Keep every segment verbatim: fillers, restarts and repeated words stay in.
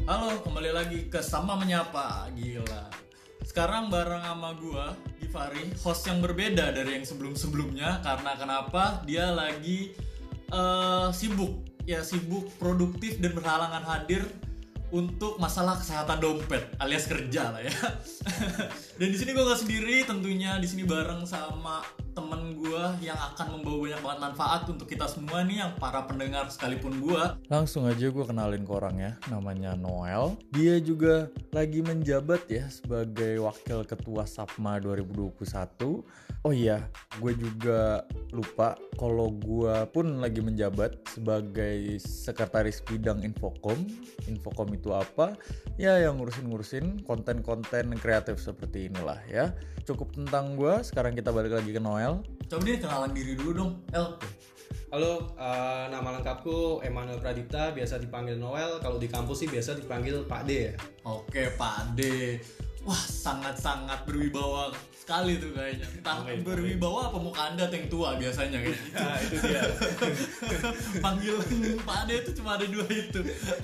Halo, kembali lagi ke Sama Menyapa. Gila. Sekarang bareng sama gua, Givari, host yang berbeda dari yang sebelum-sebelumnya. Karena kenapa? Dia lagi uh, sibuk. Ya sibuk, produktif dan berhalangan hadir untuk masalah kesehatan dompet alias kerja lah ya. Dan di sini gue gak sendiri, tentunya di sini bareng sama temen gue yang akan membawa banyak banget manfaat untuk kita semua nih, yang para pendengar sekalipun gue. Langsung aja gue kenalin ke orangnya, namanya Noel. Dia juga lagi menjabat ya sebagai wakil ketua SAPMA dua ribu dua puluh satu. Oh iya, gue juga lupa kalau gue pun lagi menjabat sebagai sekretaris bidang Infocom. Infocom itu apa? Ya yang ngurusin-ngurusin konten-konten kreatif seperti inilah ya. Cukup tentang gue, sekarang kita balik lagi ke Noel. Coba dia kenalan diri dulu dong, El. Halo, uh, nama lengkapku Emmanuel Pradipta, biasa dipanggil Noel. Kalau di kampus sih biasa dipanggil Pak D ya. Oke, Pak D. Wah, sangat-sangat berwibawa sekali tuh kayaknya. Entah Amin, berwibawa apa muka Anda yang tua biasanya kayaknya. Ya, itu dia. Panggilan Pak D itu cuma ada dua itu.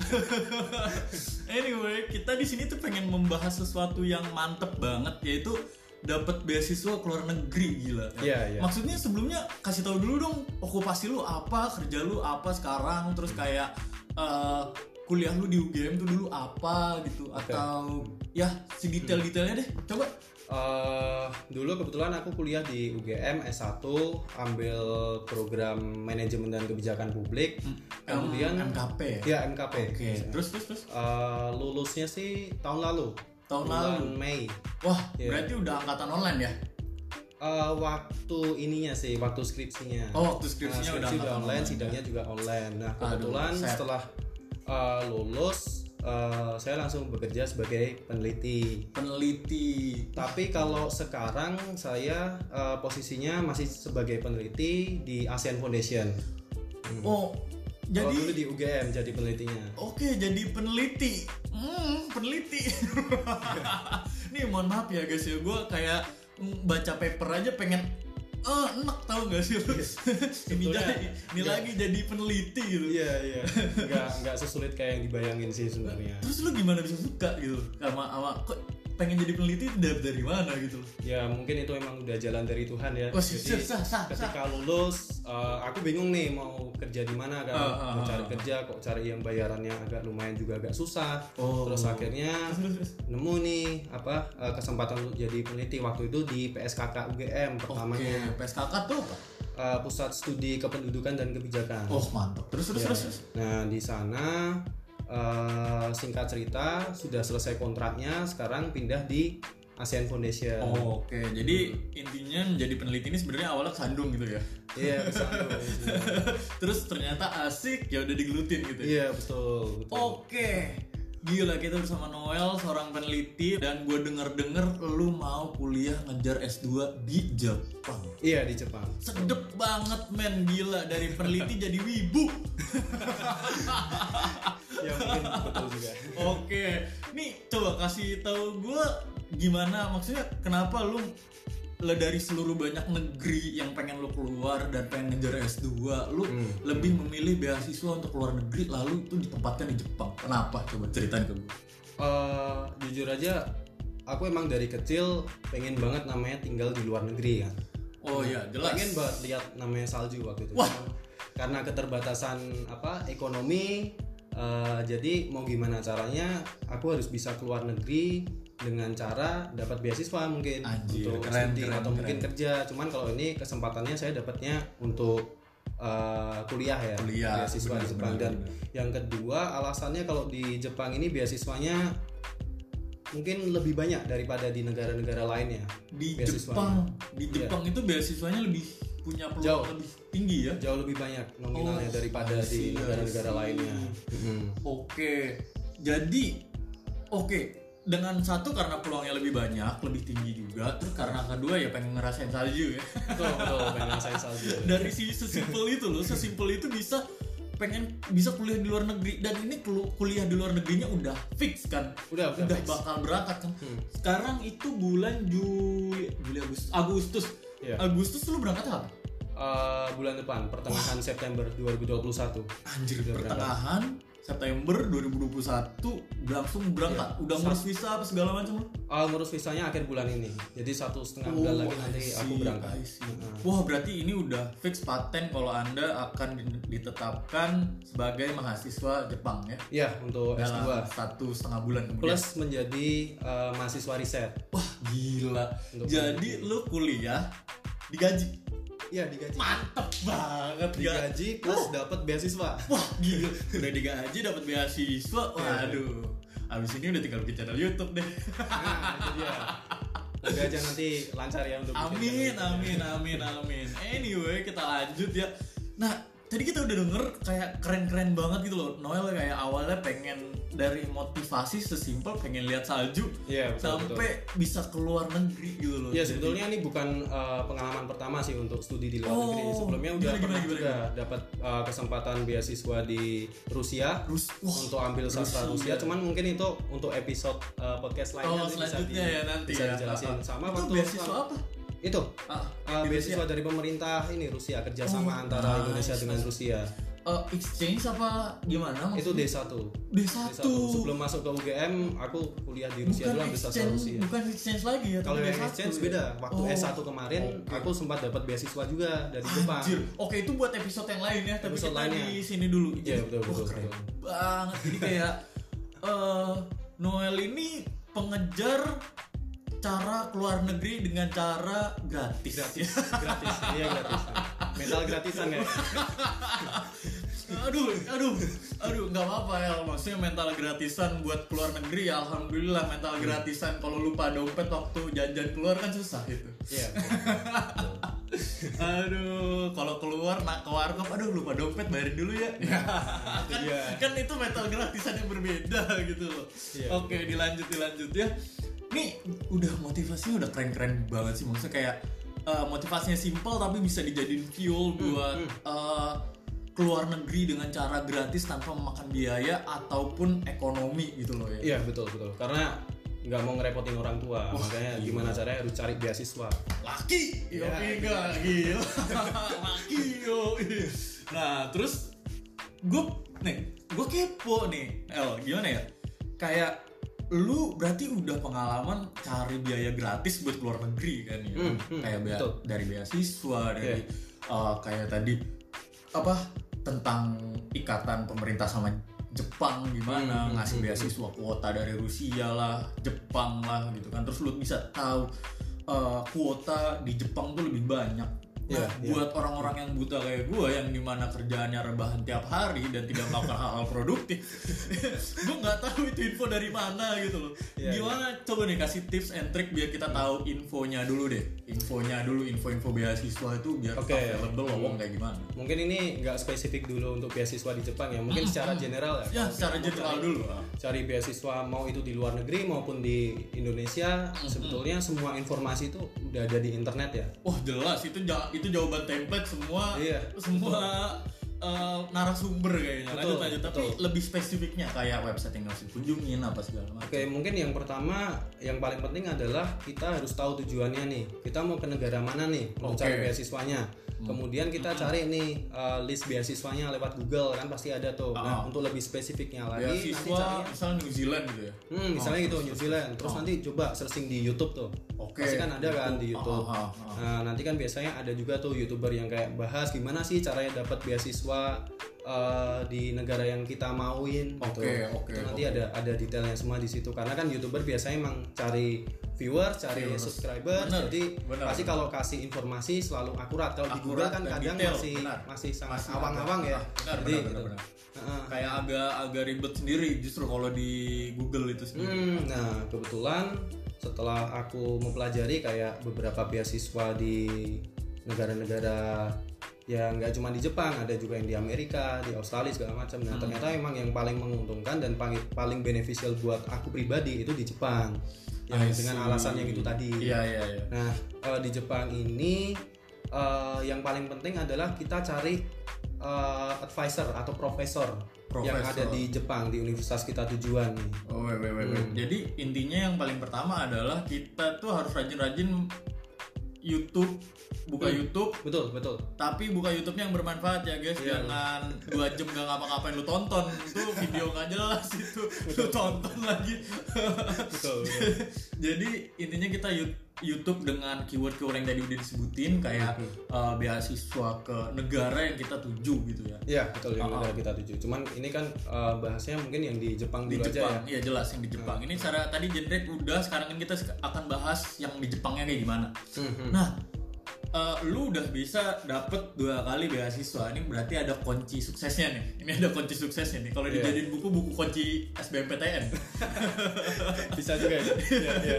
Anyway, kita di sini tuh pengen membahas sesuatu yang mantep banget, yaitu dapat beasiswa ke luar negeri. Gila. Iya, iya. Maksudnya sebelumnya kasih tahu dulu dong, okupasi lu apa, kerja lu apa sekarang, terus kayak uh, kuliah lu di U G M tuh dulu apa gitu, okay. Atau ya sedetail-detailnya deh. Coba. Uh, dulu kebetulan aku kuliah di U G M S satu, ambil program manajemen dan kebijakan publik. Hmm. Kemudian M K P. Ya, M K P. Oke. Okay. Terus terus terus. Uh, lulusnya sih tahun lalu. Tahun bulan lalu. Mei. Wah, yeah. Berarti udah angkatan online ya? Uh, waktu ininya sih, waktu skripsinya. Oh, waktu skripsinya uh, skripsi udah online, online, sidangnya ya? juga online. Nah, kebetulan Aduh, setelah uh, lulus, uh, saya langsung bekerja sebagai peneliti. Peneliti. Tapi kalau sekarang saya uh, posisinya masih sebagai peneliti di ASEAN Foundation. Hmm. Oh, jadi dulu di U G M jadi penelitinya. Oke, jadi peneliti. Hmm, peneliti. Nih mohon maaf ya guys ya, gue kayak baca paper aja pengen eh enak, tau gak sih lu? ini jadi ini enggak. Lagi jadi peneliti gitu. Iya iya. Enggak enggak sesulit kayak yang dibayangin sih sebenarnya. Terus lu gimana bisa suka gitu sama sama kok pengen jadi peneliti dari, dari mana gitu? Ya mungkin itu emang udah jalan dari Tuhan ya. Oh, jadi sah, sah, ketika sah. lulus uh, aku bingung nih mau kerja di mana kan. Uh, uh, mau cari uh, kerja kok cari yang bayarannya agak lumayan juga agak susah. Oh. Terus akhirnya nemu nih apa uh, kesempatan untuk jadi peneliti waktu itu di P S K K U G M pertamanya. Oke, P S K K tuh apa? Uh, Pusat Studi Kependudukan dan Kebijakan. Oh, mantap. Terus terus ya. terus. Nah, di sana uh, singkat cerita sudah selesai kontraknya, sekarang pindah di ASEAN Foundation. Oh, oke. Okay. Jadi intinya menjadi peneliti ini sebenarnya awalnya kesandung gitu ya. Iya, kesandung. Terus ternyata asik, ya udah digelutin gitu. Iya, betul, betul. Oke. Okay. Gila, kita bersama Noel, seorang peneliti, dan gue denger-denger lu mau kuliah ngejar S dua di Jepang. Iya, di Jepang. Sedep banget men, gila, dari peneliti jadi wibu. Ya mungkin betul juga. Oke, nih coba kasih tahu gue gimana, maksudnya kenapa lu le dari seluruh banyak negeri yang pengen lu keluar dan pengen ngejar S dua, lu hmm. lebih memilih beasiswa untuk keluar negeri lalu itu ditempatkan di Jepang. Kenapa? Coba ceritain ke gue. Uh, jujur aja, aku emang dari kecil pengen banget namanya tinggal di luar negeri kan. Oh iya, jelas. Pengen banget lihat namanya salju waktu itu. Wah. Karena keterbatasan apa ekonomi, uh, jadi mau gimana caranya aku harus bisa keluar negeri dengan cara dapat beasiswa mungkin. Anjir, untuk keren, studi keren, atau keren. mungkin kerja. Cuman kalau ini kesempatannya saya dapatnya untuk uh, kuliah ya, kuliah, beasiswa bener, di Jepang. bener, Dan bener. yang kedua alasannya kalau di Jepang ini beasiswanya mungkin lebih banyak daripada di negara-negara lainnya. Di beasiswanya. Jepang, di Jepang yeah. itu beasiswanya lebih punya peluang Jauh. lebih tinggi ya. Jauh lebih banyak nominalnya Oh, daripada di negara-negara lainnya. Hmm. Oke, jadi oke. Dengan satu karena peluangnya lebih banyak, lebih tinggi juga. Terus karena kedua ya pengen ngerasain salju ya. Betul, betul, pengen ngerasain salju. Dari si sesimpel itu loh, sesimpel itu bisa pengen bisa kuliah di luar negeri, dan ini kuliah di luar negerinya udah fix kan. Udah, udah, udah fix. bakal berangkat kan. Hmm. Sekarang itu bulan Juli, Juli Agustus. Agustus. Yeah. Agustus lu berangkat apa? Uh, bulan depan, pertengahan September dua ribu dua puluh satu. Anjir, pertengahan September dua ribu dua puluh satu langsung berangkat. Ya, udah ngurus visa apa segala macam lo? Uh, ngurus visanya akhir bulan ini. Jadi satu setengah oh, bulan lagi nanti see, aku berangkat. Uh. Wah, berarti ini udah fix paten kalau Anda akan ditetapkan sebagai mahasiswa Jepang ya? Iya, untuk S dua satu setengah bulan kemudian. Plus menjadi uh, mahasiswa riset. Wah, gila. Untuk jadi lu kuliah digaji. Iya, digaji. Mantep banget. Digaji plus uh. dapat beasiswa. Wah, gila. Udah digaji dapat beasiswa. Waduh. Abis ini udah tinggal bikin channel YouTube deh. Nah, itu dia. Semoga aja nanti lancar ya untuk amin, amin, amin, amin. Anyway, kita lanjut ya. Nah, tadi kita udah denger kayak keren-keren banget gitu loh. Noel kayak awalnya pengen dari motivasi sesimpel pengen lihat salju, yeah, betul, sampai betul. bisa keluar negeri gitu loh. Ya yeah, sebetulnya ini bukan uh, pengalaman pertama sih untuk studi di luar oh, negeri. Sebelumnya udah gimana, pernah gimana, juga gimana? dapat uh, kesempatan beasiswa di Rusia Rus- Wah, untuk ambil sastra Rusia. Rusia. Cuman mungkin itu untuk episode uh, podcast lainnya oh, bisa, di, ya, nanti bisa ya. dijelasin. Uh, Sama itu waktu beasiswa apa? Itu uh, uh, beasiswa dari pemerintah ini Rusia, kerjasama oh, antara nice. Indonesia dengan Rusia. Uh, exchange apa gimana maksudnya? Itu D satu. D satu. Sebelum masuk ke U G M aku kuliah di Rusia dulu ambil sastra Rusia. Bukan exchange lagi ya. Kalau yang exchange beda. Waktu oh, S satu kemarin okay. aku sempat dapat beasiswa juga dari Jepang. Anjir. Oke, itu buat episode yang lain ya, tapi episode kita lainnya. Di sini dulu. Iya, betul betul. Oh, keren banget. Jadi kayak uh, Noel ini pengejar cara keluar negeri dengan cara gratis. Gratis. Gratis. Iya, gratis. Mental gratisan ya. aduh, aduh, aduh, nggak apa-apa ya, maksudnya mental gratisan buat keluar negeri ya, alhamdulillah mental gratisan. Kalau lupa dompet waktu jajan keluar kan susah itu. Iya. Aduh, kalau keluar nak ke warkop, aduh lupa dompet bayarin dulu ya. kan, yeah. kan itu mental gratisan yang berbeda gitu loh. Yeah, Oke, betul. dilanjut, dilanjut ya. Nih udah motivasinya udah keren-keren banget sih, maksudnya kayak uh, motivasinya simple tapi bisa dijadiin fuel buat hmm, hmm. Uh, keluar negeri dengan cara gratis tanpa memakan biaya ataupun ekonomi gitu loh ya. Iya betul betul. Karena nggak mau ngerepotin orang tua, Wah, makanya iya. gimana caranya harus cari beasiswa. Laki, yo enggak gila. Laki yo. Nah terus gue nih, gue kepo nih, El gimana ya? Kayak lu berarti udah pengalaman cari biaya gratis buat keluar negeri kan ya? Hmm, hmm, kayak bea- dari beasiswa, dari yeah. uh, kayak tadi apa tentang ikatan pemerintah sama Jepang gimana hmm, ngasih hmm, beasiswa kuota dari Rusia lah, Jepang lah gitu kan. Terus lu bisa tahu uh, kuota di Jepang tuh lebih banyak. Nah, yeah, buat yeah. orang-orang yang buta kayak gue yang dimana kerjaannya rebahan tiap hari dan tidak melakukan hal-hal produktif, gue nggak tahu itu info dari mana gitu loh. Yeah, Gimana yeah. coba nih kasih tips and trick biar kita tahu infonya dulu deh, infonya dulu, info-info beasiswa itu biar okay. available lowong kayak gimana. Mungkin ini nggak spesifik dulu untuk beasiswa di Jepang ya, mungkin secara general ya. Ya secara general dulu. Cari beasiswa mau itu di luar negeri maupun di Indonesia, mm-hmm. sebetulnya semua informasi itu udah ada di internet ya. Wah jelas itu ja- itu jawaban template semua iya, semua uh, narasumber kayaknya. Betul, lanjut lanjut tapi betul. Lebih spesifiknya kayak website yang harus dikunjungin apa segala macam. Oke, mungkin yang pertama yang paling penting adalah kita harus tahu tujuannya nih. Kita mau ke negara mana nih mau okay. cari beasiswanya. Hmm. Kemudian kita hmm. cari nih uh, list beasiswanya lewat Google kan pasti ada tuh. Nah, uh-huh. untuk lebih spesifiknya lagi beasiswa nanti misalnya New Zealand gitu ya. Hmm, misalnya oh, gitu New Zealand. Terus oh. nanti coba searching di YouTube tuh. Oke. Okay. Pasti kan ada kan di YouTube. Uh-huh. Uh-huh. Nah, nanti kan biasanya ada juga tuh YouTuber yang kayak bahas gimana sih caranya dapat beasiswa uh, di negara yang kita mauin. Oke, gitu. oke. Itu nanti okay. ada ada detailnya semua di situ. Karena kan YouTuber biasanya emang cari viewer, cari viewers. subscriber, bener, jadi bener, pasti bener. Kalau kasih informasi selalu akurat. Kalau di Google kan kadang detail, masih benar. masih sangat masih awang-awang ya. Benar, jadi benar, gitu. benar, benar. Uh, kayak agak agak ribet sendiri justru kalau di Google itu sendiri. Hmm, nah kebetulan setelah aku mempelajari kayak beberapa beasiswa di negara-negara ya nggak cuma di Jepang, ada juga yang di Amerika, di Australia segala macam. Nah hmm. ternyata emang yang paling menguntungkan dan paling paling beneficial buat aku pribadi itu di Jepang. Ya, dengan alasan yang itu tadi. Iya iya iya. Nah, uh, di Jepang ini uh, yang paling penting adalah kita cari uh, advisor atau profesor, profesor yang ada di Jepang di universitas kita tujuan nih. Oh, wait, wait, wait. Hmm. Jadi intinya yang paling pertama adalah kita tuh harus rajin-rajin YouTube, buka Hmm. YouTube, Betul, betul. tapi buka YouTube-nya yang bermanfaat ya guys. Iya. Jangan dua jam gak ngapa-ngapain lu tonton, itu video gak jelas itu, lu tonton lagi. Betul, betul. Jadi intinya kita yu- YouTube dengan keyword-keyword yang tadi udah disebutin kayak uh, beasiswa ke negara yang kita tuju gitu ya. Iya, betul yang Oh, negara kita tuju. Cuman ini kan uh, bahasnya mungkin yang di Jepang Di dulu Jepang, aja ya. iya jelas yang di Jepang. Ini cara tadi genre udah, sekarang kan kita sek- akan bahas yang di Jepangnya kayak gimana. Mhm. Nah, uh, lu udah bisa dapet dua kali beasiswa. Ini berarti ada kunci suksesnya nih. Ini ada kunci suksesnya nih. Kalau Iya. dijadiin buku, buku kunci S B M P T N. Bisa juga ya. Iya, iya.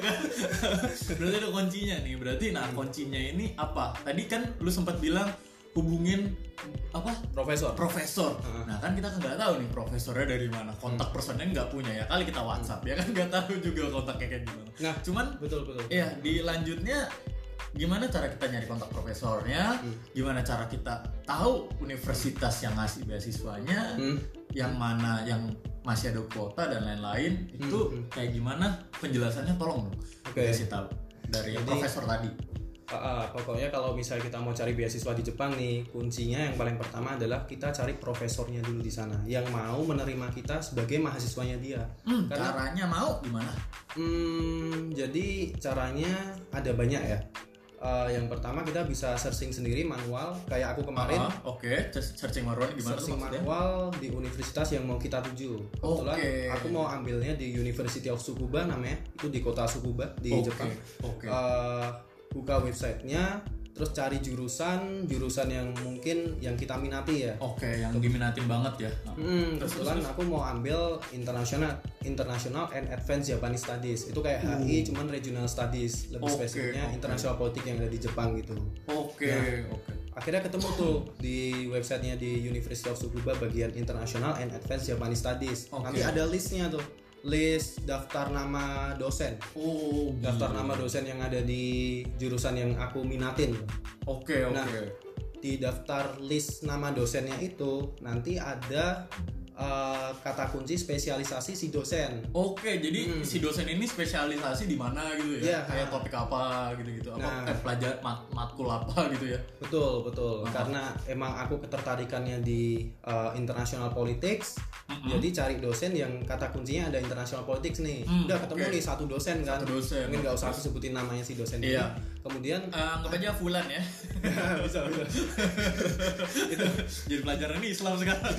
Berarti ada kuncinya nih. Berarti nah kuncinya ini apa? Tadi kan lu sempat bilang hubungin apa? Profesor. Profesor. Uh-huh. Nah kan kita kan nggak tahu nih profesornya dari mana. Kontak personnya nggak punya ya. Kali kita WhatsApp ya kan nggak tahu juga kontaknya kayak gimana. Nah, Cuman betul, betul. ya di lanjutnya gimana cara kita nyari kontak profesornya, gimana cara kita tahu universitas yang ngasih beasiswanya, Hmm. yang mana yang masih ada kuota dan lain-lain, itu Hmm. kayak gimana penjelasannya, tolong dong Oke. kasih tahu dari Jadi- profesor tadi. Ah, ah, pokoknya kalau misalnya kita mau cari beasiswa di Jepang nih, kuncinya yang paling pertama adalah kita cari profesornya dulu di sana yang mau menerima kita sebagai mahasiswanya dia. Hmm, Karena- caranya mau gimana? Hmm, jadi caranya ada banyak ya. Uh, yang pertama kita bisa searching sendiri manual kayak aku kemarin. Ah, Oke, just searching manual gimana tuh Searching maksudnya? manual di universitas yang mau kita tuju. Kebetulan Oke. aku mau ambilnya di University of Tsukuba namanya, itu di kota Tsukuba di Oke, Jepang. Oke. Uh, buka websitenya, terus cari jurusan, jurusan yang mungkin yang kita minati ya. Oke, yang diminatin banget ya. Nah, Hmm, terus, kebetulan terus, aku mau ambil international international and advanced Japanese studies. Itu kayak H I cuman regional studies, lebih Oke, spesifiknya oke. international politik yang ada di Jepang gitu. Oke, Nah. oke. Akhirnya ketemu tuh di websitenya di University of Tsukuba bagian international and advanced Japanese studies. Oke. Nanti ada listnya tuh, list daftar nama dosen. Oh, Daftar gila. nama dosen yang ada di jurusan yang aku minatin. Oke, oke. Nah, di daftar list nama dosennya itu nanti ada uh, kata kunci spesialisasi si dosen. Oke, jadi Hmm. si dosen ini spesialisasi di mana gitu ya? Iya. Kayak topik apa gitu-gitu, apa Nah. eh, pelajar mat, matkul apa gitu ya? Betul, betul. Ah. Karena emang aku ketertarikannya di uh, international politics. Mm-mm. Jadi cari dosen yang kata kuncinya ada international politics nih. Hmm, Udah ketemu oke. nih satu dosen kan. Satu dosen. Mungkin nggak usah aku sebutin namanya si dosen ini. Iya. Kemudian Eh, anggap aja Fulan ya. bisa bisa. Itu jadi pelajaran ini Islam sekarang.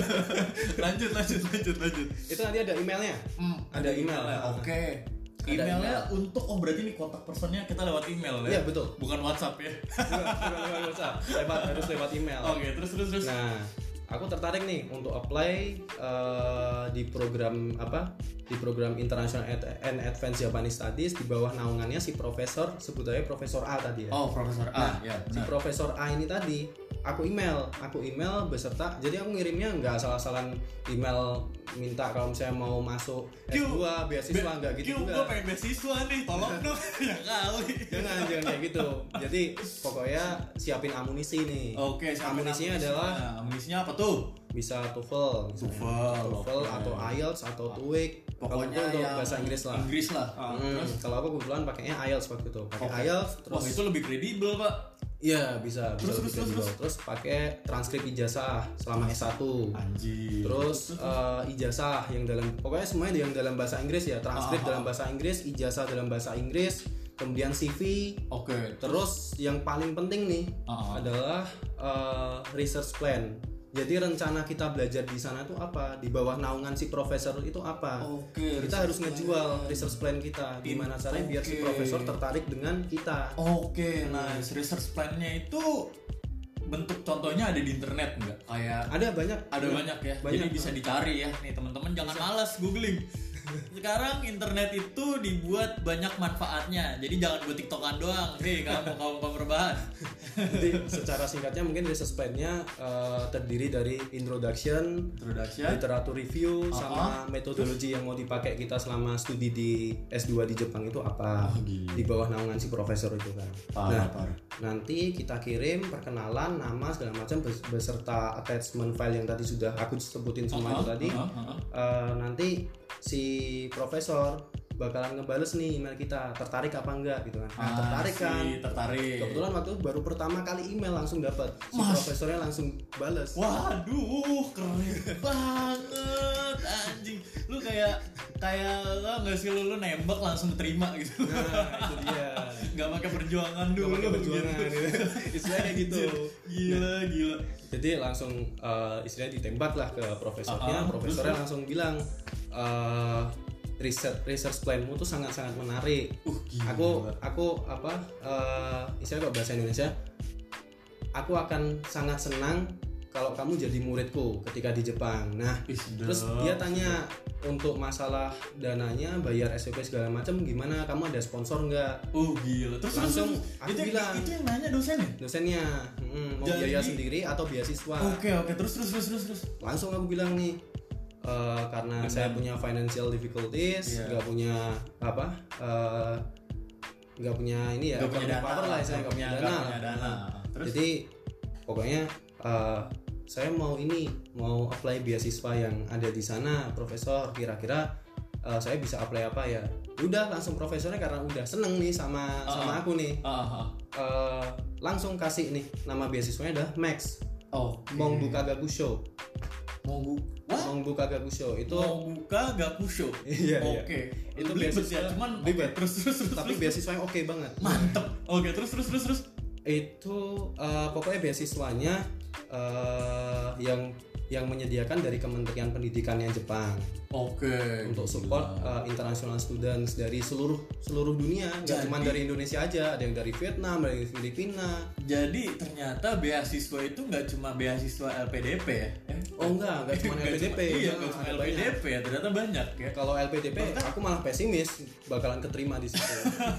lanjut, lanjut, lanjut, lanjut. Itu nanti ada emailnya. Hmm, Ada email. Oke. Ada Emailnya untuk oh berarti nih kontak personnya kita lewat email ya? Iya, betul. Bukan WhatsApp ya? Bukan, bukan lewat WhatsApp. Lewat harus lewat email. Oke, terus terus terus. Nah, aku tertarik nih untuk apply uh, di program apa? Di program International and Advanced Japanese Studies di bawah naungannya si profesor, sebut aja Profesor A tadi ya. Oh, Profesor A, Nah, ya. si benar. Profesor A ini tadi aku email, aku email beserta. Jadi aku ngirimnya nggak asal-asalan email minta kalau misalnya mau masuk S dua beasiswa nggak gitu Q, juga. gue pengen beasiswa nih, tolong dong. Ya kali. Jangan, jangan kayak gitu. Jadi pokoknya siapin amunisi nih. Oke, siapin Amunisinya amunisi. adalah Nah, amunisinya apa tuh? bisa TOEFL, misalnya. TOEFL, TOEFL oke. atau I E L T S atau TOEIC. Kalau Pokoknya itu untuk yang bahasa Inggris lah. Inggris lah. Ah, Hmm, terus? kalau aku kebetulan pakainya I E L T S waktu itu. Pakai Oke. I E L T S terus Wah, itu lebih kredibel, Pak. iya bisa bisa Terus, lebih terus, terus, kredibel. Terus pakai transkrip ijazah selama S satu. Anjir. Terus eh, ijazah yang dalam pokoknya semuanya yang dalam bahasa Inggris ya, transkrip Ah, ah, dalam bahasa Inggris, ijazah dalam bahasa Inggris, kemudian C V. Oke, Terus yang paling penting nih Ah, ah. adalah eh, research plan. Jadi rencana kita belajar di sana tuh apa? Di bawah naungan si profesor itu apa? Oke, Kita harus research ngejual plan. research plan kita. Gimana caranya biar si Oke. profesor tertarik dengan kita? Oke, nah research plan-nya itu bentuk contohnya ada di internet nggak? Kayak Ada banyak. ada banyak ya. Banyak. Jadi bisa dicari ya. Nih teman-teman jangan malas googling. Sekarang internet itu dibuat banyak manfaatnya. Jadi jangan buat tiktokan doang. Nih kamu kaum kaum rebahan. Jadi secara singkatnya mungkin research plan-nya eh, terdiri dari introduction, Introduction. literatur review, Uh-huh. sama metodologi yang mau dipakai kita selama studi di S dua di Jepang itu apa? Oh, gila. Di bawah naungan si profesor itu kan. Parah, Nah, parah. nanti kita kirim perkenalan, nama segala macam bes- beserta attachment file yang tadi sudah aku sebutin semua itu Uh-huh, tadi. uh-huh, uh-huh. Eh, nanti si profesor bakalan ngebales nih email kita, tertarik apa enggak gitu kan. Nah, Ah, tertarik sih, kan. tertarik. Kebetulan waktu itu baru pertama kali email langsung dapat. Si Mas. profesornya langsung bales. Waduh, keren banget anjing. Lu kayak kayak lo nggak sih lu, lu nembak langsung terima gitu. Nah, itu dia. Nggak pakai perjuangan Gak dulu. pakai perjuangan gitu. gitu. Istilahnya kayak gitu. Gila, gila. Jadi langsung uh, istilahnya ditembak lah ke profesornya. Uh-uh, Profesornya terus, langsung bilang uh, research research planmu tuh sangat-sangat menarik. Uh, gila. Aku aku apa uh, istilahnya kalau bahasa Indonesia, aku akan sangat senang kalau kamu jadi muridku ketika di Jepang. Nah, Ih, terus sedap. dia tanya untuk masalah dananya, bayar S P P segala macam gimana? Kamu ada sponsor nggak? Uh, gila. Terus Langsung terus, aku itu, bilang. itu yang nanya dosennya. Dosennya hmm, mau Jadi- biaya sendiri atau beasiswa? Oke, oke. Terus terus terus terus terus. Langsung aku bilang nih, eh, karena Dengan- saya punya financial difficulties, Iya. nggak punya apa, eh, nggak punya ini ya, Nggak punya economic dana power lah, lah, saya nggak punya dana. punya dana. Nah, Terus? Jadi pokoknya eh, saya mau ini, mau apply beasiswa yang ada di sana, profesor. Kira-kira eh, saya bisa apply apa ya? Udah langsung profesornya karena udah seneng nih sama sama Ah. aku nih, Ah, ah. eh, langsung kasih nih nama beasiswanya adalah Max. Oh, Mongbuka Gagusho. mau bu Wah? Mongbuka Gagusho itu Mau buka Gakusho. Iya, iya. Oke. Itu Belibet beasiswa- ya, cuman oke, belibet. terus terus terus. tapi terus. beasiswanya oke banget. Mantep. Oke, terus terus terus terus. Itu eh, pokoknya beasiswanya eh, yang yang menyediakan dari Kementerian Pendidikannya Jepang Oke. untuk support gila. eh, international students dari seluruh seluruh dunia, nggak Jadi- cuma dari Indonesia aja, ada yang dari Vietnam, dari Filipina. Jadi ternyata beasiswa itu nggak cuma beasiswa L P D P ya? Eh? Oh enggak, enggak cuma Nggak L P D P. Iya, Nah, nggak cuma ada L P D banyak. P ya, ternyata banyak ya. Kalau L P D P aku malah pesimis bakalan keterima di situ.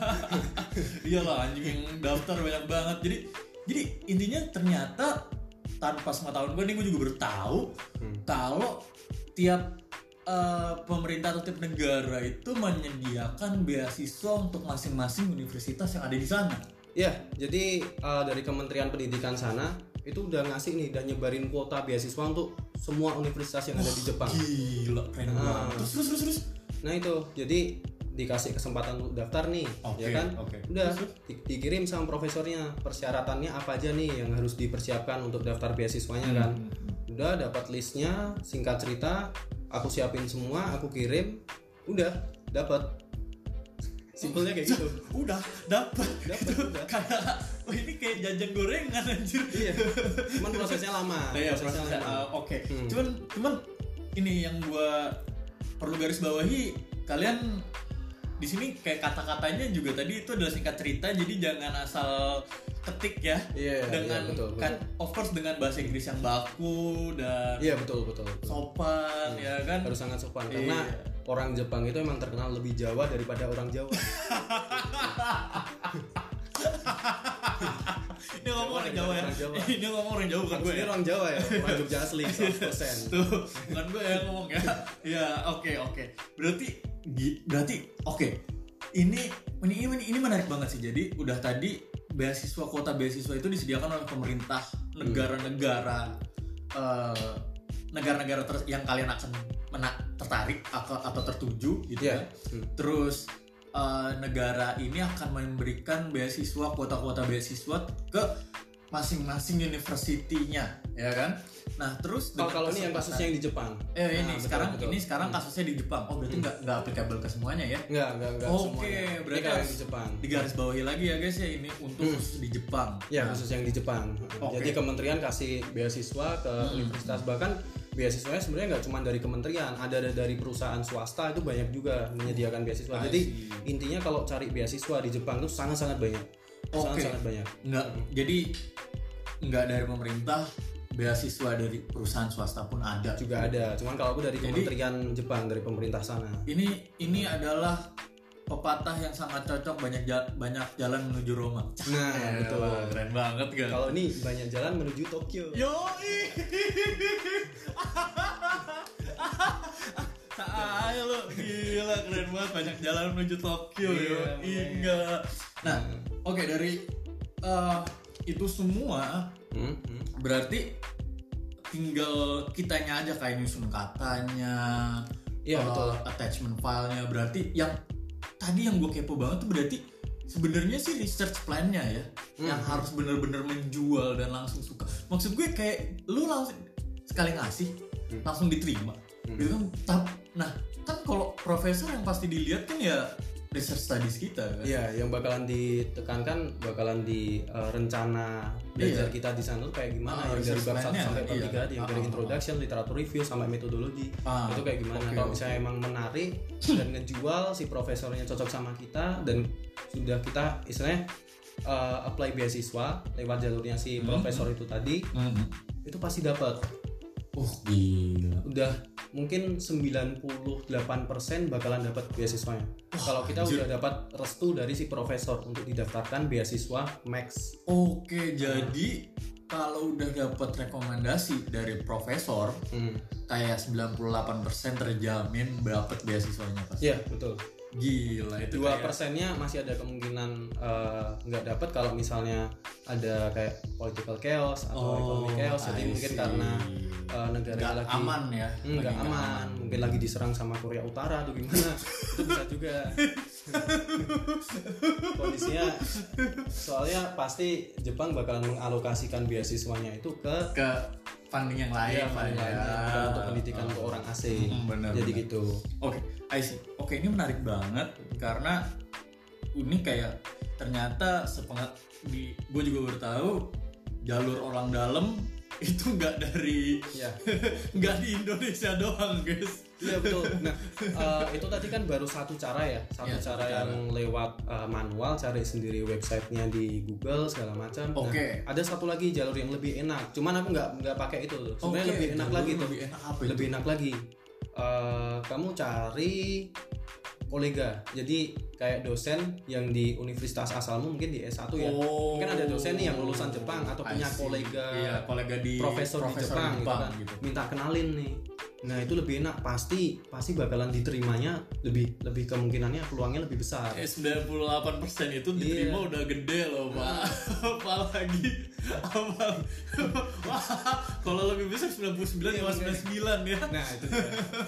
Iyalah anjing yang daftar banyak banget. Jadi jadi intinya ternyata tanpa sepengetahuan gue nih gue juga baru tahu Hmm. kalau tiap eh, pemerintah atau tiap negara itu menyediakan beasiswa untuk masing-masing universitas yang ada di sana. Ya, jadi uh, dari Kementerian Pendidikan sana itu udah ngasih nih, udah nyebarin kuota beasiswa untuk semua universitas yang ada di Jepang. Gila, keren Nah. banget. Terus terus terus terus. Nah itu, jadi dikasih kesempatan untuk daftar nih, Oke, ya kan? oke. Udah Terus, di- dikirim sama profesornya persyaratannya apa aja nih yang harus dipersiapkan untuk daftar beasiswanya Hmm. kan. Udah dapat listnya, singkat cerita, aku siapin semua, aku kirim, udah dapat. Simpelnya kayak gitu. Udah dapat. Dapat udah. Kayak oh ini kayak jajan gorengan anjir. Iya. Cuman prosesnya lama. Nah, ya, prosesnya prosesnya, lama. uh, oke. Hmm. Cuman cuman ini yang gua perlu garis bawahi, kalian di sini kayak kata-katanya juga tadi itu adalah singkat cerita, jadi jangan asal ketik ya. Iya, dengan iya, betul, betul. kan of course dengan bahasa Inggris yang baku dan Iya betul betul. betul. sopan ya kan. Harus sangat sopan Iya. karena orang Jepang itu emang terkenal lebih Jawa daripada orang Jawa. Ini ngomong orang Jawa ya. Orang Jawa. Ini ngomong orang Jawa bukan gue Ini ya. orang Jawa ya, orang Jogja asli seratus persen. Tuh, bukan gue yang ngomong ya. Ya, oke oke. Berarti gi- berarti oke. Ini ini ini ini menarik banget sih. Jadi udah tadi beasiswa kuota beasiswa itu disediakan oleh pemerintah negara-negara eh, negara-negara ter- yang kalian akan mena- tertarik atau, atau tertuju gitu Iya. ya. Hmm. Terus eh, negara ini akan memberikan beasiswa kuota-kuota beasiswa ke masing-masing universitinya, ya kan? Nah, terus Oh, dengan kalau ini yang kesempatan- kasusnya yang di Jepang. Eh ini Nah, betul, sekarang betul. ini sekarang kasusnya di Jepang. Oh berarti nggak nggak applicable ke semuanya ya? Enggak, enggak, enggak Oke, semuanya. Ini berarti kalau yang harus di Jepang. Digarisbawahi lagi ya guys ya, ini untuk Hmm. khusus di Jepang. Ya, Nah, khusus yang di Jepang. Oke. Jadi kementerian kasih beasiswa ke universitas, bahkan beasiswanya sebenarnya nggak cuma dari kementerian, ada ada dari perusahaan swasta itu banyak juga menyediakan beasiswa. I Jadi see. intinya kalau cari beasiswa di Jepang itu sangat-sangat banyak. Oke. Sangat-sangat banyak. nggak jadi nggak dari pemerintah, beasiswa dari perusahaan swasta pun ada. Juga ada. Cuman kalau aku dari Jadi- kementerian Jepang, dari pemerintah sana. Ini ini adalah pepatah yang sangat cocok, banyak ja- banyak jalan menuju Roma. Nah, Eh, betul. wah, keren banget kan. Kalau ini banyak jalan menuju Tokyo. Yo, ayo lo, gila keren banget, banyak jalan menuju Tokyo. Iya, Yo, makanya. enggak. Nah, oke dari eh, itu semua Hmm, hmm. berarti tinggal kitanya aja kayak nyusun katanya, Iya, eh, betul. attachment filenya. Berarti yang tadi yang gue kepo banget tuh berarti sebenarnya sih research plan-nya ya hmm. yang harus bener-bener menjual dan langsung suka. Maksud gue kayak lu langsung sekali ngasih hmm. langsung diterima hmm. gitu kan. Nah kan kalau profesor yang pasti dilihat kan ya research studies kita kan. Iya, yang bakalan ditekankan bakalan di uh, rencana belajar iya. kita di sana tuh kayak gimana, oh, yang dari bab satu sampai bab tiga, yang dari introduction, literatur review sampai metodologi. Ah, itu kayak gimana. Okay, kalau okay. misalnya emang menarik dan ngejual si profesornya cocok sama kita dan sudah kita istilahnya uh, apply beasiswa lewat jalurnya si mm-hmm. profesor itu tadi, mm-hmm. itu pasti dapat. Oh gila. Udah mungkin sembilan puluh delapan persen bakalan dapat beasiswanya. Oh, kalau kita anjir. Udah dapat restu dari si profesor untuk didaftarkan beasiswa Max. Oke, jadi kalau udah dapat rekomendasi dari profesor, hmm. kayak sembilan puluh delapan persen terjamin dapat beasiswanya pasti. Iya, betul. Gila itu. dua persennya masih ada kemungkinan nggak uh, dapat kalau misalnya ada kayak political chaos atau oh, economic chaos. Jadi mungkin karena uh, negara lagi aman ya, nggak aman. aman, mungkin lagi diserang sama Korea Utara atau gimana. Itu bisa juga. Kondisinya soalnya pasti Jepang bakalan mengalokasikan beasiswanya itu ke ke funding yang lain, ya, funding ya. lainnya, bukan untuk pendidikan oh. untuk orang asing. Hmm, bener, jadi bener. Gitu. Oke, okay, I see. Oke, okay, ini menarik banget karena ini kayak ternyata sepengat di gue juga baru tahu jalur orang dalam itu nggak dari ya. nggak di Indonesia doang, guys. Iya betul. Nah uh, itu tadi kan baru satu cara ya, satu ya, cara yang cara. lewat uh, manual, cari sendiri websitenya di Google segala macam. Oke. Okay. Nah, ada satu lagi jalur yang lebih enak. Cuman aku nggak nggak pakai itu. Sebenarnya okay. lebih enak jalur lagi tuh. Lebih enak apa itu? Lebih enak lagi. Uh, kamu cari kolega. Jadi kayak dosen yang di universitas asalmu mungkin di S satu ya. Oh. Mungkin ada dosen nih yang lulusan Jepang atau punya kolega, iya, kolega di profesor, profesor di Jepang, Jepang gitu kan. Gitu. Minta kenalin nih. Nah, itu lebih enak, pasti pasti bakalan diterimanya lebih lebih kemungkinannya peluangnya lebih besar. Eh sembilan puluh delapan persen itu diterima yeah. udah gede loh, Pak. Apalagi apa? Kalau lebih besar sembilan puluh sembilan koma sembilan puluh sembilan ya. Nah, itu dia.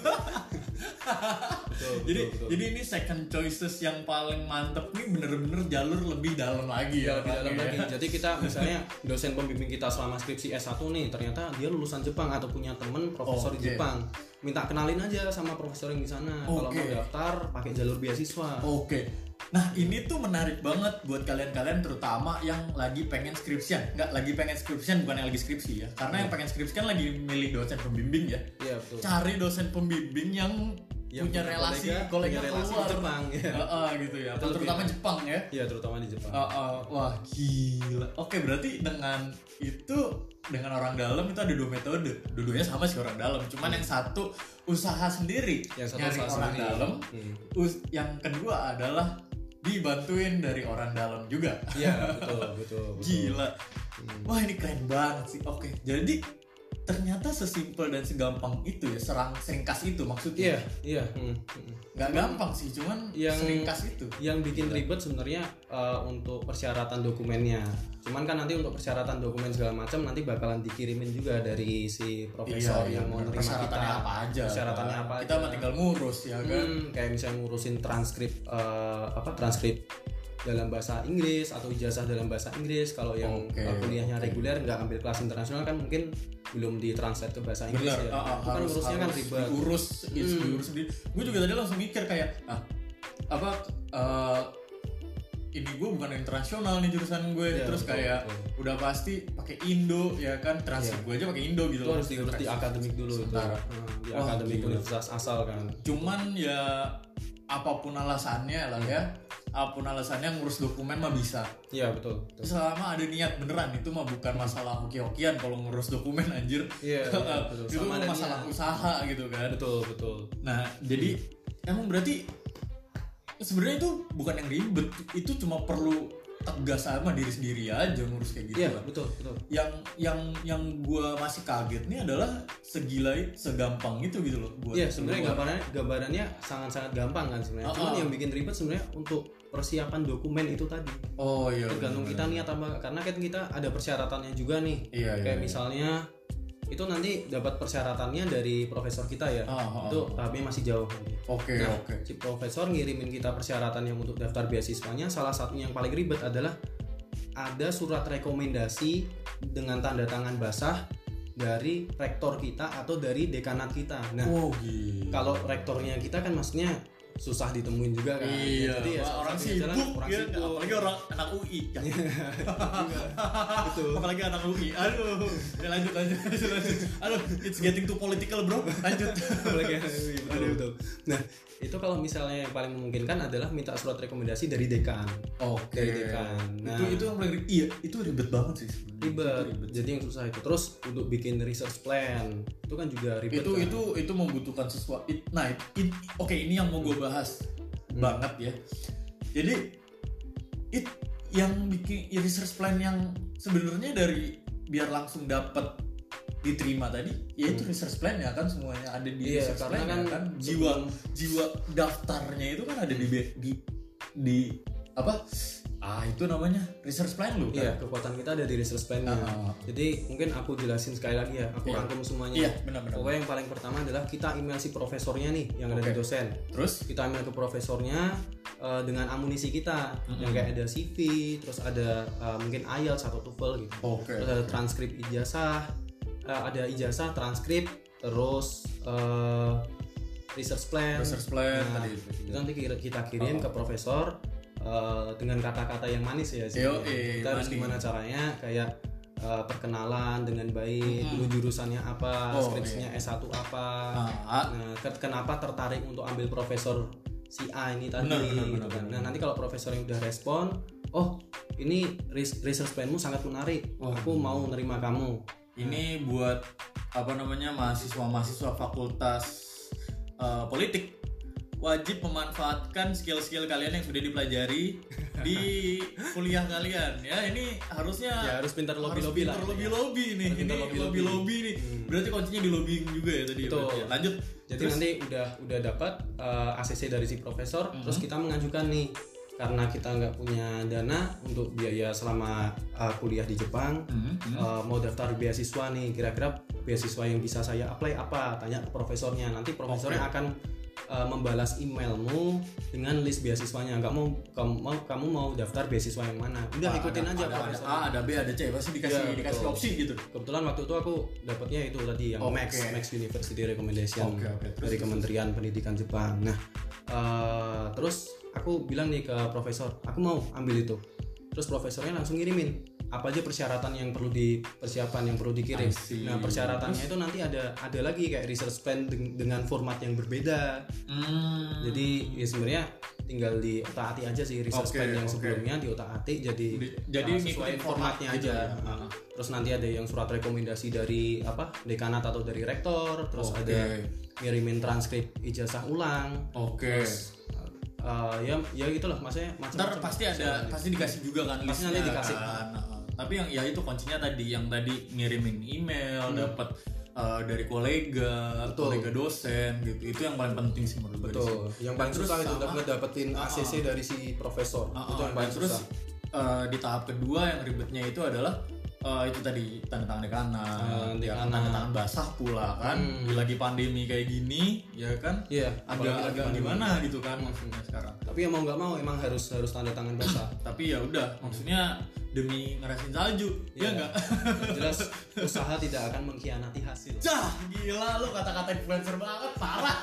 betul, jadi betul, betul. Jadi ini second choices yang paling mantep nih bener-bener jalur lebih dalam lagi ya, lebih dalam ya. lagi. Jadi kita misalnya dosen pembimbing kita selama skripsi S satu nih ternyata dia lulusan Jepang atau punya temen profesor okay. di Jepang. Minta kenalin aja sama profesor yang di sana. Okay. Kalau mau daftar pakai jalur beasiswa. Oke. Okay. Nah, ini tuh menarik banget buat kalian-kalian terutama yang lagi pengen skripsian. Enggak lagi pengen skripsian, bukan yang lagi skripsi ya. Karena yeah. yang pengen skripsian lagi milih dosen pembimbing ya. Iya, yeah, betul. Cari dosen pembimbing yang yang punya relasi kolega, kolega punya relasi keluar. Jepang ya. Uh, uh, gitu ya. Betul, terutama lebih, Jepang ya. Iya, terutama di Jepang. Uh, uh, wah, gila. Oke, berarti dengan itu dengan orang dalam itu ada dua metode. Dua-duanya sama sih orang dalam, cuman hmm. yang satu usaha sendiri yang satu nyari usaha orang sendiri. dalam. Hmm. Us- yang kedua adalah dibantuin dari orang dalam juga. Iya, betul, betul, betul. Gila. Hmm. Wah, ini keren banget sih. Oke, jadi ternyata sesimpel dan segampang itu ya, serang seringkas itu maksudnya. Iya, iya. Hmm. Gak gampang sih, cuman yang seringkas itu. Yang bikin ribet sebenarnya uh, untuk persyaratan dokumennya. Cuman kan nanti untuk persyaratan dokumen segala macam nanti bakalan dikirimin juga dari si profesor iya, yang iya, mau nerima persyaratannya kita. apa aja. Persyaratannya apa kita mah tinggal ngurus ya kan. Hmm, kayak misalnya ngurusin transkrip uh, apa transkrip dalam bahasa Inggris atau ijazah dalam bahasa Inggris. Kalau yang okay, kuliahnya okay. reguler nggak ambil kelas internasional kan mungkin belum ditranslate ke bahasa Inggris. Bener, ya. Uh, uh, kan urusnya kan ribet. Diurus, hmm. diurus sendiri. Gue juga tadi langsung mikir kayak ah apa uh, ini gue bukan internasional nih jurusan gue, ya, terus betul, kayak betul. Udah pasti pakai Indo ya kan, transkrip ya. Gue aja pakai Indo gitu loh. Harus diurus di akademik dulu sementara. Itu. Hmm, di Wah, akademik gila. Universitas asal kan. Cuman ya apapun alasannya lah ya. Apapun alasannya ngurus dokumen mah bisa. Iya betul, betul. Selama ada niat beneran itu mah bukan masalah hoki-hokian kalau ngurus dokumen anjir. Iya ya, betul. Itu mah masalah niat. Usaha gitu kan. Betul betul. Nah jadi hmm. emang berarti sebenarnya itu bukan yang ribet, itu cuma perlu tegas sama diri sendiri aja ngurus kayak gitu. Iya betul betul. Yang yang yang gue masih kaget nih adalah segila segampang itu gitu loh. Iya sebenarnya gambarannya gambarannya sangat-sangat gampang kan sebenarnya. Uh-uh. Cuman yang bikin ribet sebenarnya untuk persiapan dokumen itu tadi. Oh iya. Tergantung bener. Kita niat apa, karena kan kita ada persyaratannya juga nih. Iya, kayak iya, misalnya itu nanti dapat persyaratannya dari profesor kita ya. Oh, oh, itu tahapnya masih jauh. Oke, nah, oke. si profesor ngirimin kita persyaratan yang untuk daftar beasiswanya. Salah satunya yang paling ribet adalah ada surat rekomendasi dengan tanda tangan basah dari rektor kita atau dari dekanat kita. Nah, oh, gila. Kalau rektornya kita kan maksudnya susah ditemuin juga kan. Iya, jadi ya orang sibuk, orang ya, sibuk. apalagi orang anak U I. Ya. Betul. Apalagi anak U I. Aduh, ya, lanjut, lanjut, lanjut, lanjut. Aduh, it's getting too political, bro. Lanjut. Apalagi anak U I. Betul, betul. Nah, itu kalau misalnya yang paling memungkinkan adalah minta surat rekomendasi dari dekan. Oke. Dari dekan. Nah, itu itu yang paling ribet. Iya, itu ribet banget sih. Ribet. ribet. Jadi yang susah itu. Terus untuk bikin research plan itu kan juga ribet. Itu kan? itu itu membutuhkan sesuatu. Nah, it, it, oke okay, ini yang mau gue bahas hmm. banget ya. Jadi it yang bikin research plan yang sebenarnya dari biar langsung dapat diterima tadi, ya itu hmm. research plan ya kan semuanya ada di iya, research karena plan kan, ya kan jiwa jiwa daftarnya itu kan ada di di di apa ah itu namanya research plan lu kan? Iya, kekuatan kita ada di research plan-nya. Uh, Jadi mungkin aku jelasin sekali lagi ya, aku iya. rangkum semuanya. Iya, benar-benar. Pokoknya yang paling pertama adalah kita email si profesornya nih yang okay. ada di dosen. Terus kita email ke profesornya uh, dengan amunisi kita, mm-hmm. yang kayak ada C V, terus ada uh, mungkin I E L T S atau TOEFL gitu. Okay. Terus ada transkrip ijazah, uh, ada ijazah, transkrip, terus uh, research plan. Research plan nah, tadi. Itu nanti kita kirim oh. ke profesor. Uh, dengan kata-kata yang manis ya sih. Yo, eh, kita harus mani. gimana caranya kayak uh, perkenalan dengan baik, hmm. dulu jurusannya apa, oh, skripsinya iya. S satu apa. Ah. Nah, kenapa tertarik untuk ambil profesor si A ini tadi benar, benar, gitu benar, kan. benar. Nah, nanti kalau profesor yang udah respon, "Oh, ini research planmu sangat menarik. Oh, aku mau nerima kamu." Ini nah. buat apa namanya? mahasiswa-mahasiswa fakultas uh, politik wajib memanfaatkan skill-skill kalian yang sudah dipelajari di kuliah kalian ya. Ini harusnya ya harus pintar lobby-lobby lah. Lobby-lobby nih. Ini lobby-lobby nih. Hmm. Berarti kuncinya di lobbying juga ya tadi. Betul. Ya. Lanjut. Jadi terus, nanti udah udah dapat uh, A C C dari si profesor, mm-hmm. terus kita mengajukan nih karena kita nggak punya dana untuk biaya selama uh, kuliah di Jepang, mm-hmm. uh, mau daftar beasiswa nih. Kira-kira beasiswa yang bisa saya apply apa? Tanya ke profesornya. Nanti profesornya okay. akan Uh, membalas emailmu dengan list beasiswanya. Nggak mau kamu mau kamu mau daftar beasiswa yang mana? Udah ah, ikutin ada, aja ada, profesor. Ada A, ada B, ada C, pasti dikasih ya, dikasih betul. opsi gitu. Kebetulan waktu itu aku dapatnya itu tadi yang okay. Max Max University Recommendation okay, okay. Terus, dari Kementerian Pendidikan Jepang. Nah, uh, terus aku bilang nih ke profesor, aku mau ambil itu. Terus profesornya langsung ngirimin apa aja persyaratan yang perlu dipersiapkan, yang perlu dikirim. Nah, persyaratannya itu nanti ada ada lagi kayak research plan dengan format yang berbeda. Hmm. Jadi ya sebenarnya tinggal diotak-atik aja sih research okay, plan yang okay. sebelumnya diotak-atik jadi di, jadi uh, sesuai formatnya aja. Gitu. Uh, terus nanti ada yang surat rekomendasi dari apa dekanat atau dari rektor, terus okay. ada ngirimin transkrip ijazah ulang. Oke. Okay. Uh, ya ya gitulah maksudnya macam-macam. Pasti ada pasti dikasih juga kan pasti nanti dikasih kan. Tapi yang ya itu kuncinya tadi yang tadi ngirimin email hmm. dapat uh, dari kolega, Betul. kolega dosen gitu. Itu yang paling penting sih menurut gue. Betul. Yang paling terus susah itu dapat dapetin uh, A C C dari si profesor. Uh, uh, itu yang paling terus, susah. Uh, di tahap kedua yang ribetnya itu adalah Uh, itu tadi tanda tangan dekanan, uh, ya, tanda tangan basah pula kan. Hmm. Lagi pandemi kayak gini, ya kan? Iya. Agak agak gimana gitu kan maksudnya sekarang. Tapi ya mau nggak mau emang harus harus tanda tangan basah. Tapi ya udah, maksudnya demi ngerasain salju, ya nggak? Jelas usaha tidak akan mengkhianati hasil. Cah, gila lu kata-kata influencer banget, parah.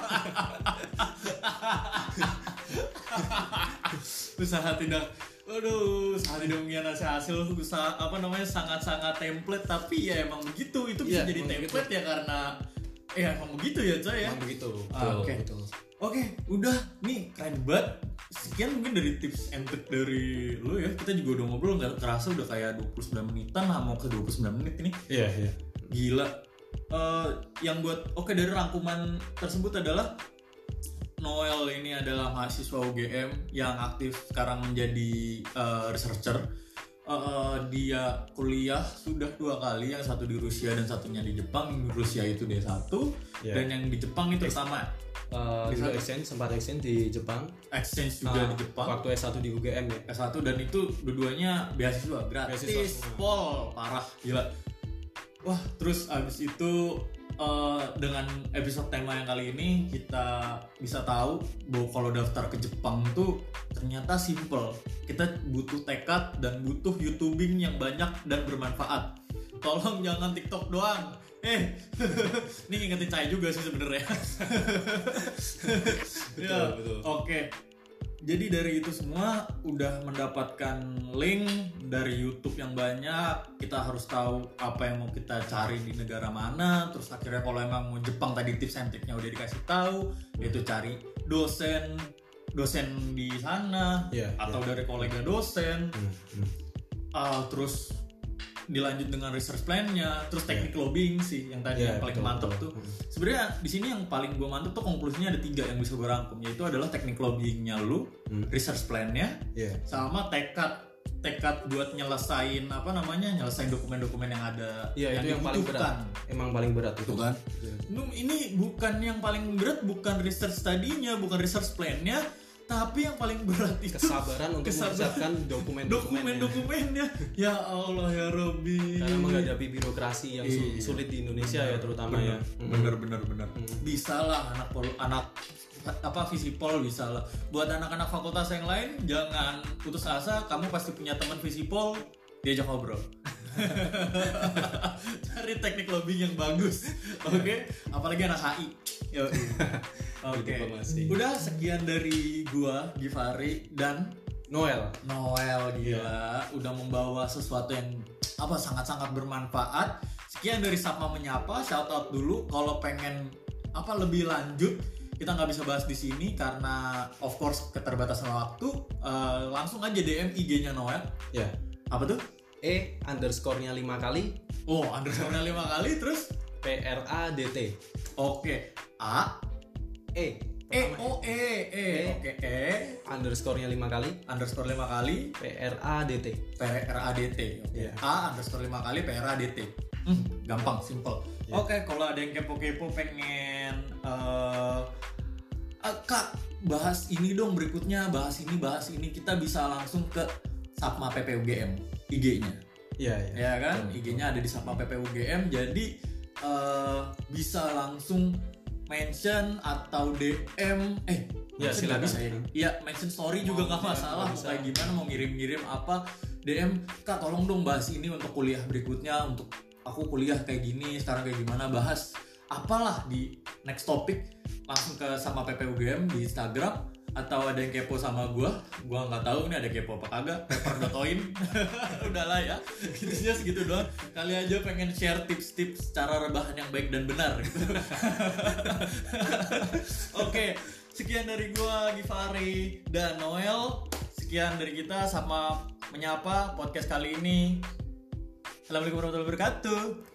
Usaha tidak Waduh, sangat tidak mengkhianati hasil, usaha apa namanya sangat-sangat template, tapi ya emang begitu, itu bisa ya, jadi template begitu. Ya karena ya emang begitu ya coy ya. Emang begitu. Ah, Oke, okay. okay, udah nih keren banget. Sekian mungkin dari tips and trick dari lu ya. Kita juga udah ngobrol nggak kerasa udah kayak dua puluh sembilan menitan lah, mau ke dua puluh sembilan menit ini. Iya yeah, iya. Yeah. Gila. Uh, yang buat oke okay, dari rangkuman tersebut adalah Noel ini adalah mahasiswa U G M yang aktif sekarang menjadi uh, researcher. Uh, dia kuliah sudah dua kali, yang satu di Rusia dan satunya di Jepang. Di Rusia itu D satu yeah. dan yang di Jepang itu sama uh, juga exchange, sempat exchange di Jepang. Exchange juga uh, di Jepang. Waktu S satu di U G M ya. S satu dan itu dua-duanya beasiswa gratis. Beasiswa. Pol, parah, gila. Wah, terus abis itu uh, dengan episode tema yang kali ini kita bisa tahu bahwa kalau daftar ke Jepang tuh ternyata simple. Kita butuh tekad dan butuh YouTubing yang banyak dan bermanfaat. Tolong jangan TikTok doang. Eh, ini ngingetin saya juga sih sebenarnya. Ya, betul. Oke. Jadi dari itu semua udah mendapatkan link dari YouTube yang banyak. Kita harus tahu apa yang mau kita cari di negara mana. Terus akhirnya kalau emang mau Jepang tadi tips and triknya udah dikasih tahu, yaitu cari dosen dosen di sana yeah, atau yeah. dari kolega dosen. Hmm, hmm. Uh, terus dilanjut dengan research plan-nya, terus teknik yeah. lobbying sih yang tadi yeah, yang paling betul, mantep betul. tuh. Sebenarnya di sini yang paling gue mantep tuh konklusinya ada tiga yang bisa gue rangkum, yaitu adalah teknik lobbying-nya lu, hmm. research plan-nya, yeah. sama tekad tekad buat nyelesain apa namanya nyelesain dokumen-dokumen yang ada yeah, yang itu yang paling berat. Emang paling berat itu kan. Yeah. Ini bukan yang paling berat, bukan research study-nya, bukan research plan-nya. Tapi yang paling berat itu kesabaran untuk menyiapkan dokumen-dokumennya. Dokumen-dokumennya. Ya Allah ya Robby. Karena menghadapi birokrasi yang iya. sulit di Indonesia bener, ya terutama bener, ya. Bener bener bener. Hmm. Bisa lah anak pol, anak apa Visipol bisa lah. Buat anak-anak fakultas yang lain jangan putus asa. Kamu pasti punya teman Visipol, diajak ngobrol. Cari teknik lobbying yang bagus. Oke, okay? Apalagi anak H I. Yo. Oke. Okay. Udah sekian dari gua Givari dan Noel. Noel gila, yeah. Udah membawa sesuatu yang apa sangat-sangat bermanfaat. Sekian dari Sapa Menyapa. Shout out dulu kalau pengen apa lebih lanjut kita nggak bisa bahas di sini karena of course keterbatasan waktu. Uh, langsung aja D M I G-nya Noel. Ya. Yeah. Apa tuh? E underscore-nya lima kali. Oh, underscore-nya lima kali terus P R A D T. Oke. A E E O E E oke E underscore-nya lima kali underscore lima kali P R A D T P R A D T oke yeah. A underscore lima kali P R A D T hmm, gampang simple yeah. Oke kalau ada yang kepo-kepo pengen uh, uh, Kak bahas ini dong berikutnya bahas ini bahas ini kita bisa langsung ke Sapma P P U G M I G-nya ya yeah, yeah. ya kan I G-nya ada di Sapma P P U G M jadi uh, bisa langsung mention atau D M eh ya silakan bisa ya iya mention story juga nggak masalah mau kayak gimana mau ngirim-ngirim apa D M Kak tolong dong bahas ini untuk kuliah berikutnya untuk aku kuliah kayak gini sekarang kayak gimana bahas apalah di next topic langsung ke sama P P U G M di Instagram atau ada yang kepo sama gue gue nggak tahu ini ada kepo apa kagak paper.oin udahlah ya intinya segitu doang kali aja pengen share tips-tips cara rebahan yang baik dan benar gitu. Oke sekian dari gue Givari dan Noel sekian dari kita sama Menyapa podcast kali ini. Assalamualaikum warahmatullahi wabarakatuh.